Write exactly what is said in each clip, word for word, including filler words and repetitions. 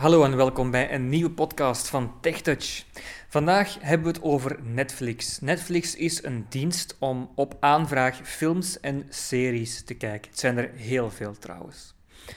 Hallo en welkom bij een nieuwe podcast van TechTouch. Vandaag hebben we het over Netflix. Netflix is een dienst om op aanvraag films en series te kijken. Het zijn er heel veel trouwens.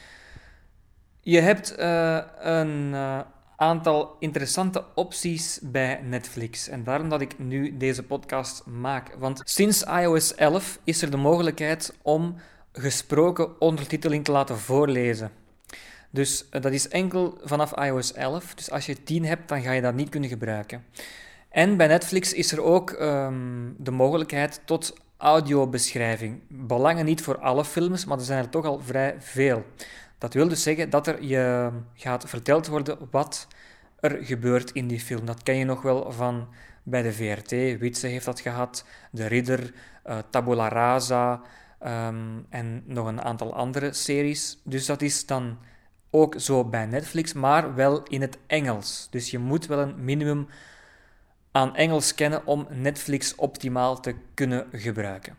Je hebt uh, een uh, aantal interessante opties bij Netflix. En daarom dat ik nu deze podcast maak. Want sinds i O S elf is er de mogelijkheid om gesproken ondertiteling te laten voorlezen. Dus uh, dat is enkel vanaf i O S elf. Dus als je tien hebt, dan ga je dat niet kunnen gebruiken. En bij Netflix is er ook um, de mogelijkheid tot audiobeschrijving. Belangen niet voor alle films, maar er zijn er toch al vrij veel. Dat wil dus zeggen dat er je gaat verteld worden wat er gebeurt in die film. Dat ken je nog wel van bij de V R T. Witse heeft dat gehad, De Ridder, uh, Tabula Rasa um, en nog een aantal andere series. Dus dat is dan ook zo bij Netflix, maar wel in het Engels. Dus je moet wel een minimum aan Engels kennen om Netflix optimaal te kunnen gebruiken.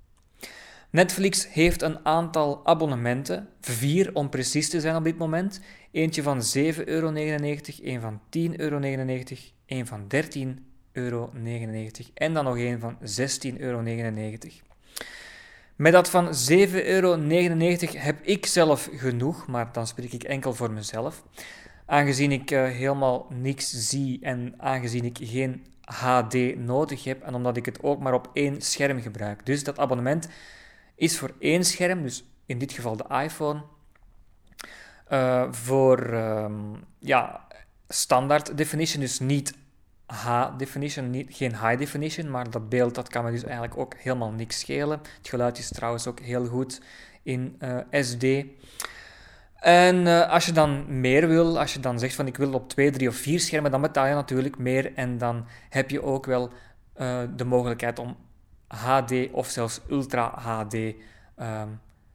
Netflix heeft een aantal abonnementen, vier om precies te zijn op dit moment. Eentje van zeven euro negenennegentig, een van tien euro negenennegentig, een van dertien euro negenennegentig en dan nog een van zestien euro negenennegentig. Met dat van zeven euro negenennegentig heb ik zelf genoeg, maar dan spreek ik enkel voor mezelf. Aangezien ik uh, helemaal niks zie en aangezien ik geen H D nodig heb en omdat ik het ook maar op één scherm gebruik. Dus dat abonnement is voor één scherm, dus in dit geval de iPhone, uh, voor um, ja, standaard definition, dus niet H-definition, niet, geen high definition, maar dat beeld dat kan me dus eigenlijk ook helemaal niks schelen. Het geluid is trouwens ook heel goed in uh, S D. En uh, als je dan meer wil, als je dan zegt van ik wil op twee, drie of vier schermen, dan betaal je natuurlijk meer en dan heb je ook wel uh, de mogelijkheid om H D of zelfs Ultra H D uh,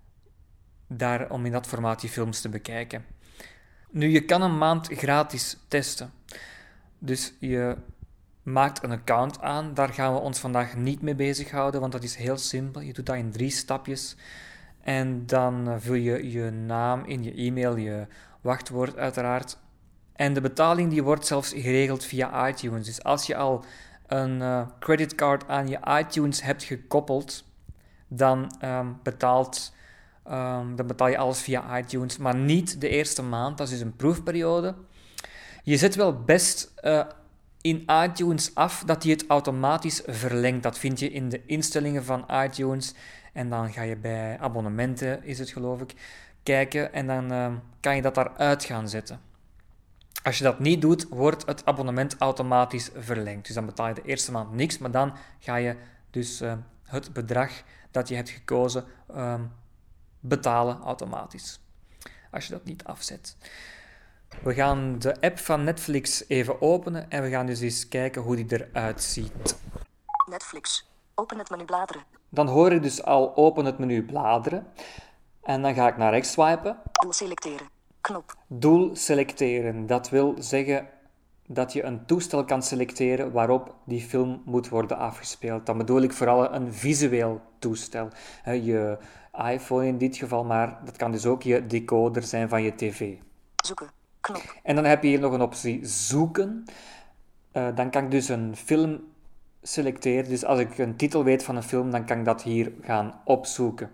daar om in dat formaat die films te bekijken. Nu, je kan een maand gratis testen. Dus je maakt een account aan. Daar gaan we ons vandaag niet mee bezighouden, want dat is heel simpel. Je doet dat in drie stapjes. En dan vul je je naam in, je e-mail, je wachtwoord uiteraard. En de betaling die wordt zelfs geregeld via iTunes. Dus als je al een uh, creditcard aan je iTunes hebt gekoppeld, dan, um, betaalt, um, dan betaal je alles via iTunes, maar niet de eerste maand. Dat is dus een proefperiode. Je zet wel best uh, in iTunes af dat hij het automatisch verlengt. Dat vind je in de instellingen van iTunes. En dan ga je bij abonnementen, is het geloof ik, kijken. En dan uh, kan je dat daaruit gaan zetten. Als je dat niet doet, wordt het abonnement automatisch verlengd. Dus dan betaal je de eerste maand niks. Maar dan ga je dus uh, het bedrag dat je hebt gekozen uh, betalen automatisch. Als je dat niet afzet. We gaan de app van Netflix even openen en we gaan dus eens kijken hoe die eruit ziet. Netflix. Open het menu bladeren. Dan hoor ik dus al open het menu bladeren. En dan ga ik naar rechts swipen. Doel selecteren. Knop. Doel selecteren. Dat wil zeggen dat je een toestel kan selecteren waarop die film moet worden afgespeeld. Dan bedoel ik vooral een visueel toestel. Je iPhone in dit geval, maar dat kan dus ook je decoder zijn van je tv. Zoeken. Knop. En dan heb je hier nog een optie zoeken. Uh, dan kan ik dus een film selecteren. Dus als ik een titel weet van een film, dan kan ik dat hier gaan opzoeken.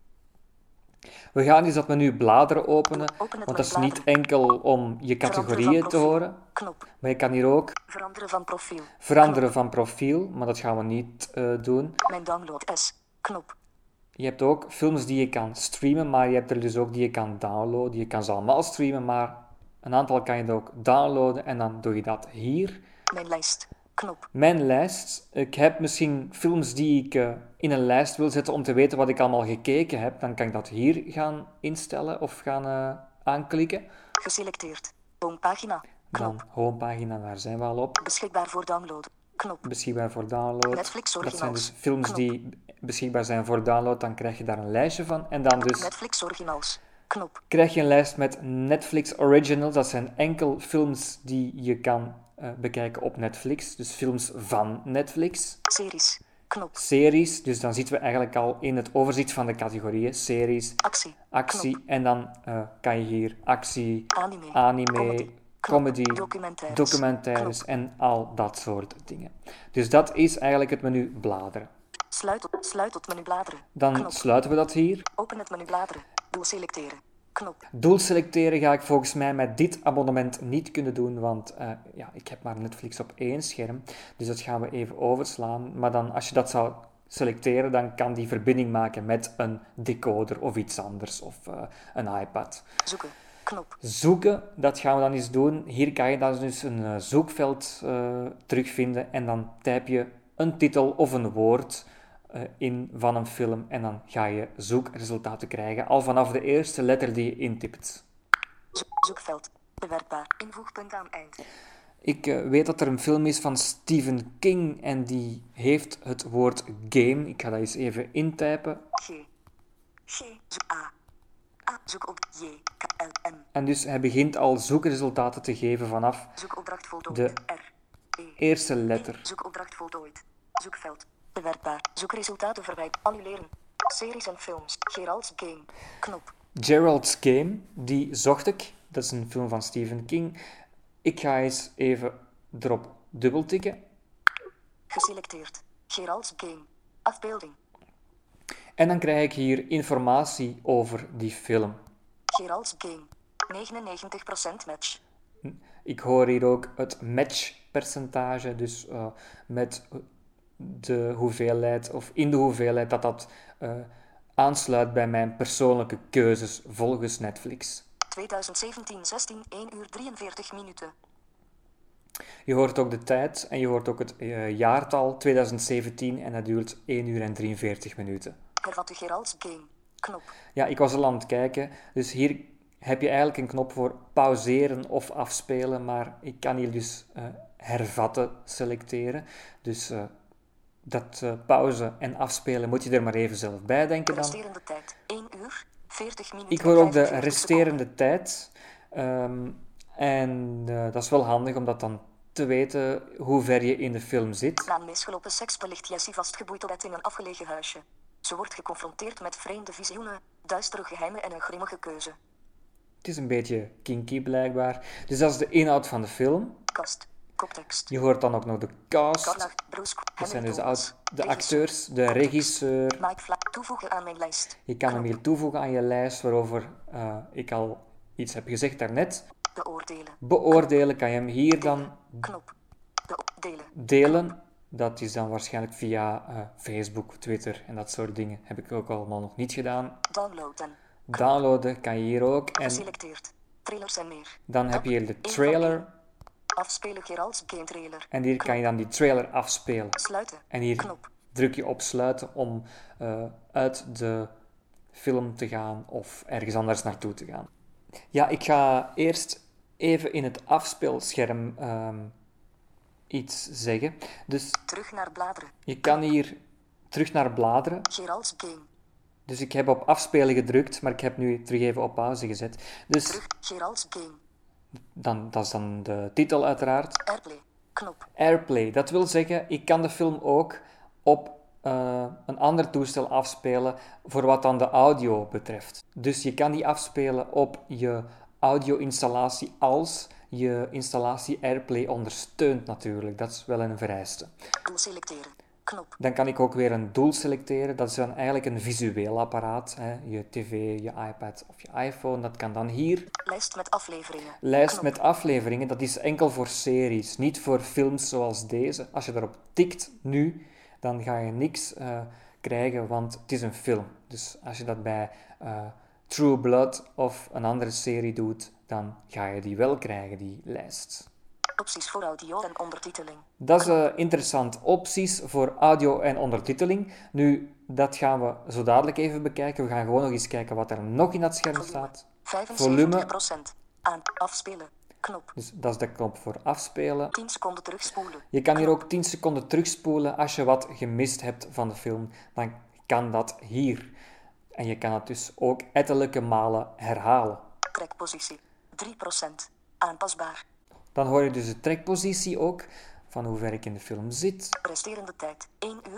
We gaan dus dat menu bladeren openen, Open want dat is niet enkel om je categorieën te horen. Knop. Maar je kan hier ook veranderen van profiel. Veranderen Knop. van profiel, maar dat gaan we niet uh, doen. Mijn download S. Knop. Je hebt ook films die je kan streamen, maar je hebt er dus ook die je kan downloaden. Je kan ze allemaal streamen, maar een aantal kan je er ook downloaden en dan doe je dat hier. Mijn lijst. Knop. Mijn lijst. Ik heb misschien films die ik uh, in een lijst wil zetten om te weten wat ik allemaal gekeken heb. Dan kan ik dat hier gaan instellen of gaan uh, aanklikken. Geselecteerd. Homepagina. Knop. Dan homepagina, daar zijn we al op. Beschikbaar voor download. Knop. Beschikbaar voor download. Netflix dat zijn originals. dus films Knop. die beschikbaar zijn voor download. Dan krijg je daar een lijstje van. En dan dus Netflix originals. Knop. krijg je een lijst met Netflix originals. Dat zijn enkel films die je kan uh, bekijken op Netflix. Dus films van Netflix. Series. Knop. Series, dus dan zitten we eigenlijk al in het overzicht van de categorieën. Series, Actie. actie Knop. en dan uh, kan je hier actie, Anime. anime, Comedy. comedy, Documentaires. documentaires en al dat soort dingen. Dus dat is eigenlijk het menu bladeren. Sluit op, sluit tot menu bladeren. Dan Knop. sluiten we dat hier. Open het menu bladeren. Doel selecteren. Knop. Doel selecteren ga ik volgens mij met dit abonnement niet kunnen doen, want uh, ja, ik heb maar Netflix op één scherm. Dus dat gaan we even overslaan. Maar dan, als je dat zou selecteren, dan kan die verbinding maken met een decoder of iets anders, of uh, een iPad. Zoeken. Knop. Zoeken, dat gaan we dan eens doen. Hier kan je dan dus een uh, zoekveld uh, terugvinden en dan typ je een titel of een woord uh, in van een film en dan ga je zoekresultaten krijgen al vanaf de eerste letter die je intypt. Zo- zoekveld. Bewerkbaar. Invoegpunt aan eind. Ik uh, weet dat er een film is van Stephen King en die heeft het woord game. Ik ga dat eens even intypen. G. G. Zoek A. A. Zoek op J. K. L. M. En dus hij begint al zoekresultaten te geven vanaf Zoekopdracht voltooid. De R. E. eerste letter. Zoekopdracht voltooid. Zoekveld. Bewerkbaar. Zoekresultaten verwijderen. Annuleren. Series en films. Gerald's Game. Knop. Gerald's Game, die zocht ik. Dat is een film van Stephen King. Ik ga eens even erop dubbeltikken. Geselecteerd. Gerald's Game. Afbeelding. En dan krijg ik hier informatie over die film. Gerald's Game. negenennegentig procent match. Ik hoor hier ook het matchpercentage, dus uh, met de hoeveelheid, of in de hoeveelheid dat dat uh, aansluit bij mijn persoonlijke keuzes volgens Netflix. twintig zeventien zestien één uur drieënveertig minuten. Je hoort ook de tijd en je hoort ook het uh, jaartal twintig zeventien en dat duurt één uur en drieënveertig minuten. Hervat de Gerald's Game. Knop. Ja, ik was al aan het kijken, dus hier heb je eigenlijk een knop voor pauzeren of afspelen, maar ik kan hier dus uh, hervatten selecteren. Dus uh, dat uh, pauze en afspelen moet je er maar even zelf bij denken dan. Resterende tijd één uur veertig minuten. Ik hoor ook de vijfenveertig resterende seconden. tijd. Um, en uh, dat is wel handig om dat dan te weten hoe ver je in de film zit. Na een misgelopen seks belicht Jessie vastgeboeid op bed in een afgelegen huisje. Ze wordt geconfronteerd met vreemde visioenen, duistere geheimen en een grimmige keuze. Het is een beetje kinky blijkbaar. Dus dat is de inhoud van de film. Kast. Koptekst. Je hoort dan ook nog de cast. Carla, Bruce, Dat zijn dus de, Thomas. oud- de Regisseur. acteurs, de Context. regisseur. Mike Fla toevoegen aan mijn lijst. Je kan hem Knop. hier toevoegen aan je lijst waarover uh, ik al iets heb gezegd daarnet. Beoordelen. Beoordelen kan je hem hier dan Knop. Beoordelen. delen. Dat is dan waarschijnlijk via uh, Facebook, Twitter en dat soort dingen. Heb ik ook allemaal nog niet gedaan. Downloaden. Downloaden kan je hier ook. En Geselecteerd. Trailers en meer. dan heb je hier de één van trailer. één. Afspelen Gerald's Game trailer. En hier kan je dan die trailer afspelen. Sluiten. En hier Knop. druk je op sluiten om uh, uit de film te gaan of ergens anders naartoe te gaan. Ja, ik ga eerst even in het afspeelscherm um, iets zeggen. Dus Terug naar bladeren. je kan hier terug naar bladeren. Gerald's Game. Dus ik heb op afspelen gedrukt, maar ik heb nu terug even op pauze gezet. Dus Terug. Gerald's Game. dan, dat is dan de titel uiteraard. Airplay. Knop. Airplay, dat wil zeggen, ik kan de film ook op uh, een ander toestel afspelen voor wat dan de audio betreft. Dus je kan die afspelen op je audio-installatie als je installatie Airplay ondersteunt natuurlijk. Dat is wel een vereiste. Doel selecteren. Knop. Dan kan ik ook weer een doel selecteren. Dat is dan eigenlijk een visueel apparaat. Hè. Je tv, je iPad of je iPhone, dat kan dan hier. Lijst met afleveringen. Lijst Knop. met afleveringen, dat is enkel voor series, niet voor films zoals deze. Als je daarop tikt nu, dan ga je niks uh, krijgen, want het is een film. Dus als je dat bij uh, True Blood of een andere serie doet, dan ga je die wel krijgen, die lijst. Opties voor audio en ondertiteling. Dat is uh, interessant. Opties voor audio en ondertiteling. Nu, dat gaan we zo dadelijk even bekijken. We gaan gewoon nog eens kijken wat er nog in dat scherm Volume. staat. vijfenzeventig procent. Aan. Afspelen. Knop. Dus dat is de knop voor afspelen. tien seconden terugspoelen. Je kan hier ook tien seconden terugspoelen als je wat gemist hebt van de film. Dan kan dat hier. En je kan het dus ook ettelijke malen herhalen. Trekpositie. drie procent. Aanpasbaar. Dan hoor je dus de trekpositie ook, van hoe ver ik in de film zit. Resterende tijd één uur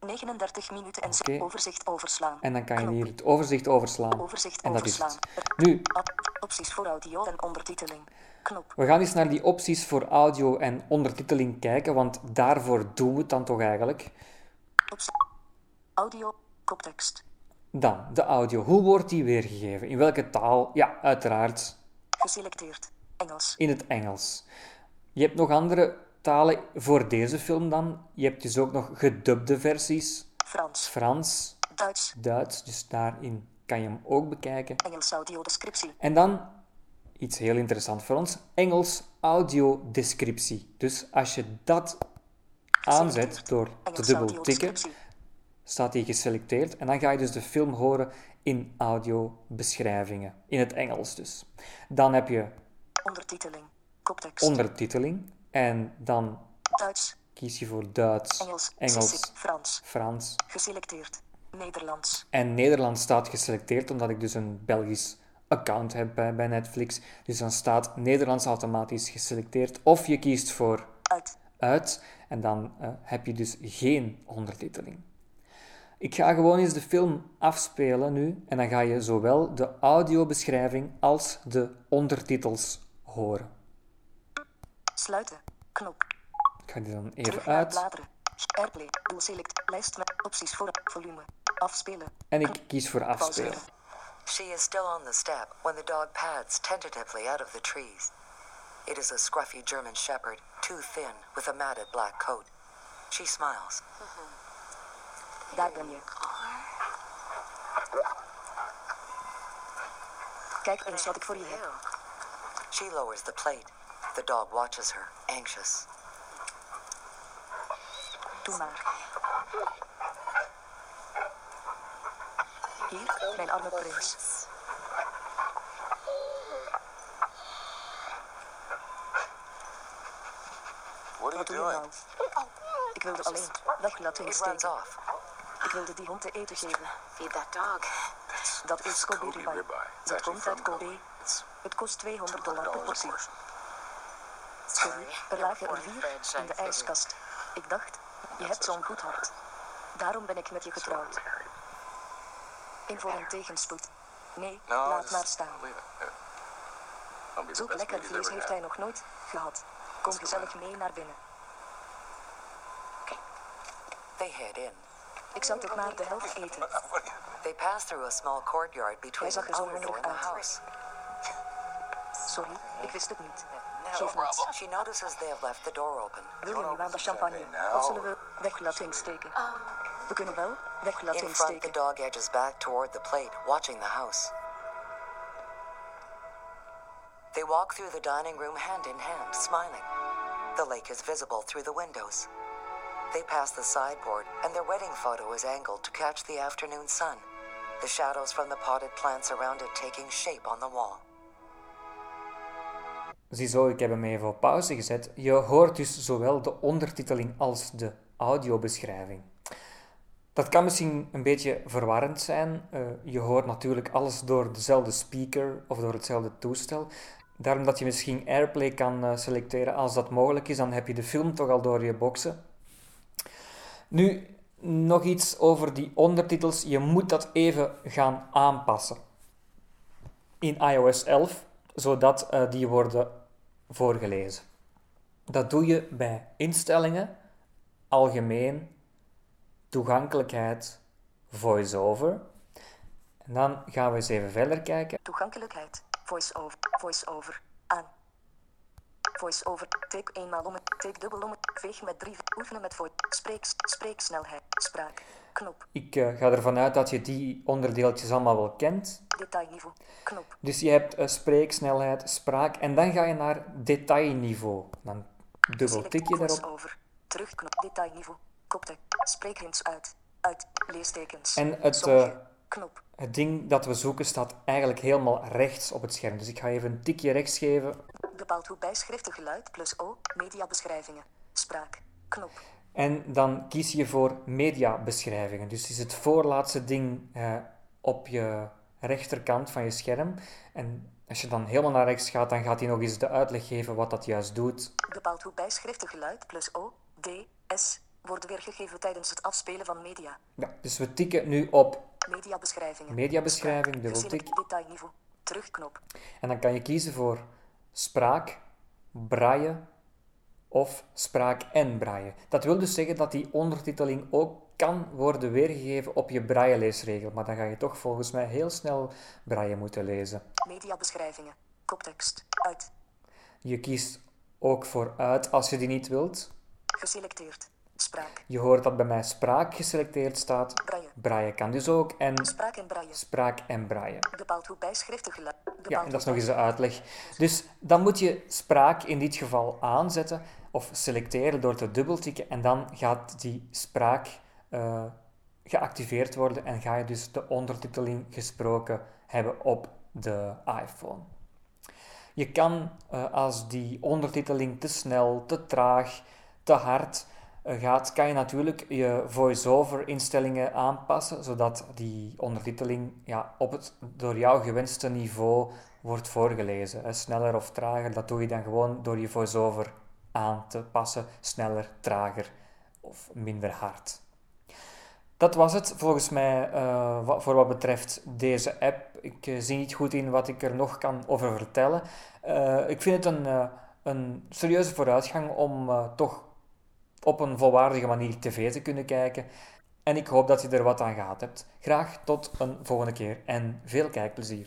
negenendertig minuten en Oké. overzicht overslaan. En dan kan je Knop. hier het overzicht overslaan. Overzicht En dat is overslaan. het. Nu, Ad- opties voor audio en ondertiteling. Knop. we gaan eens naar die opties voor audio en ondertiteling kijken, want daarvoor doen we het dan toch eigenlijk. Optie. Audio. Koptekst. Dan, de audio. Hoe wordt die weergegeven? In welke taal? Ja, uiteraard Geselecteerd. Engels. in het Engels. Je hebt nog andere talen voor deze film dan. Je hebt dus ook nog gedubde versies. Frans. Frans, Duits. Duits, dus daarin kan je hem ook bekijken. Engels audiodescriptie. En dan, iets heel interessant voor ons, Engels audiodescriptie. Dus als je dat aanzet door te Engels dubbel tikken, audiodescriptie. staat die geselecteerd. En dan ga je dus de film horen in audiobeschrijvingen. In het Engels dus. Dan heb je Ondertiteling. Koptekst. ondertiteling. En dan Duits. kies je voor Duits, Engels. Engels, Engels. Frans. Frans. Geselecteerd. Nederlands. En Nederlands staat geselecteerd omdat ik dus een Belgisch account heb bij, bij Netflix. Dus dan staat Nederlands automatisch geselecteerd. Of je kiest voor Uit. uit en dan uh, heb je dus geen ondertiteling. Ik ga gewoon eens de film afspelen nu en dan ga je zowel de audiobeschrijving als de ondertitels horen. Sluiten. Knop. Ik ga die dan even Terug naar uit bladeren. Airplay. Doel select. Lijst met opties voor volume. Afspelen. en ik kies voor afspelen. Pauzeren. She is still on the step when the dog pads tentatively out of the trees. It is a scruffy German shepherd, too thin, with a matted black coat. She smiles. Daar ben je. Kijk eens wat ik voor je heb. She lowers the plate. The dog watches her, anxious. Doe maar. Hier, mijn arme prins. What are Wat you doe je doing? nou? Ik wilde alleen weg laten It runs insteken. off. Ik wilde die hond te eten geven. Feed that dog. Dat is Kobe Kobe ribeye. ribeye. It's Dat actually komt uit from Kobe. It's Het kost tweehonderd dollar per dollars a portie. portion. Sorry, er lagen er vier in de ijskast. Ik dacht, je hebt zo'n goed hart. Daarom ben ik met je getrouwd. In voor een tegenspoed. Nee, No, laat just maar staan. leave it. Yeah. I'll be the Zulk best lekker meat you've vlees ever heeft had. hij nog nooit gehad. Kom gezellig mee naar binnen. They head in. Ik zal toch maar de helft eten. What are you- They pass through a small courtyard between zag the er zo outer door and hongerig the uit. house. Sorry, ik wist het niet. Geef No, niets. she notices they have left the door open. Wil je nu aan de champagne? Of zullen we weg laten insteken? We kunnen wel weg laten In front, the insteken. dog edges back toward the plate, watching the house. They walk through the dining room hand in hand, smiling. The lake is visible through the windows. They pass the sideboard, and their wedding photo is angled to catch the afternoon sun, the shadows from the potted plants around it taking shape on the wall. Ziezo, ik heb hem even op pauze gezet. Je hoort dus zowel de ondertiteling als de audiobeschrijving. Dat kan misschien een beetje verwarrend zijn. Uh, je hoort natuurlijk alles door dezelfde speaker of door hetzelfde toestel. Daarom dat je misschien Airplay kan uh, selecteren. Als dat mogelijk is, dan heb je de film toch al door je boxen. Nu, nog iets over die ondertitels. Je moet dat even gaan aanpassen. In i O S elf, zodat uh, die worden voorgelezen. Dat doe je bij instellingen, algemeen, toegankelijkheid, voice-over. En dan gaan we eens even verder kijken. Toegankelijkheid. Voice-over. Voice-over. Aan. Voice-over. Tik eenmaal om het. Tik dubbel om het. Veeg met drie. Oefenen met voice. Spreek. Spreeksnelheid. Spraak. Knop. Ik uh, ga ervan uit dat je die onderdeeltjes allemaal wel kent. Detailniveau. Knop. Dus je hebt uh, spreeksnelheid, spraak en dan ga je naar detailniveau. Dan dubbel tik je daarop. Voice-over. Terugknop. Detailniveau. Koptek. Spreekhints uit. Uit. Leestekens. En het, Sommige. uh, Knop. Het ding dat we zoeken staat eigenlijk helemaal rechts op het scherm. Dus ik ga even een tikje rechts geven. Bepaalt hoe bijschriften geluid plus O. Mediabeschrijvingen. Spraak. Knop. En dan kies je voor mediabeschrijvingen. Dus is het voorlaatste ding uh, op je rechterkant van je scherm. En als je dan helemaal naar rechts gaat, dan gaat hij nog eens de uitleg geven wat dat juist doet. Bepaalt hoe bijschriften geluid plus O. D. S. worden weergegeven tijdens het afspelen van media. Ja, dus we tikken nu op Mediabeschrijvingen. mediabeschrijving, Spraak. dubbeltik. Geselect detailniveau. Terugknop. En dan kan je kiezen voor spraak, braille of spraak en braille. Dat wil dus zeggen dat die ondertiteling ook kan worden weergegeven op je braille-leesregel. Maar dan ga je toch volgens mij heel snel braille moeten lezen. Mediabeschrijvingen. Koptekst. Uit. Je kiest ook voor uit als je die niet wilt. Geselecteerd. Spraak. Je hoort dat bij mij spraak geselecteerd staat. Braille. Braille kan dus ook. En Spraak en braille. spraak en braille. Bepaalt hoe bijschriftig geluid. Ja, en dat is nog eens de uitleg. Dus dan moet je spraak in dit geval aanzetten of selecteren door te dubbeltikken en dan gaat die spraak uh, geactiveerd worden en ga je dus de ondertiteling gesproken hebben op de iPhone. Je kan, uh, als die ondertiteling te snel, te traag, te hard uh, gaat, kan je natuurlijk je voice-over instellingen aanpassen, zodat die ondertiteling ja, op het door jou gewenste niveau wordt voorgelezen. Hè. Sneller of trager, dat doe je dan gewoon door je voice-over aan te passen. Sneller, trager of minder hard. Dat was het volgens mij uh, voor wat betreft deze app. Ik uh, zie niet goed in wat ik er nog kan over vertellen. Uh, ik vind het een, uh, een serieuze vooruitgang om uh, toch op een volwaardige manier tv te kunnen kijken. En ik hoop dat je er wat aan gehad hebt. Graag tot een volgende keer en veel kijkplezier.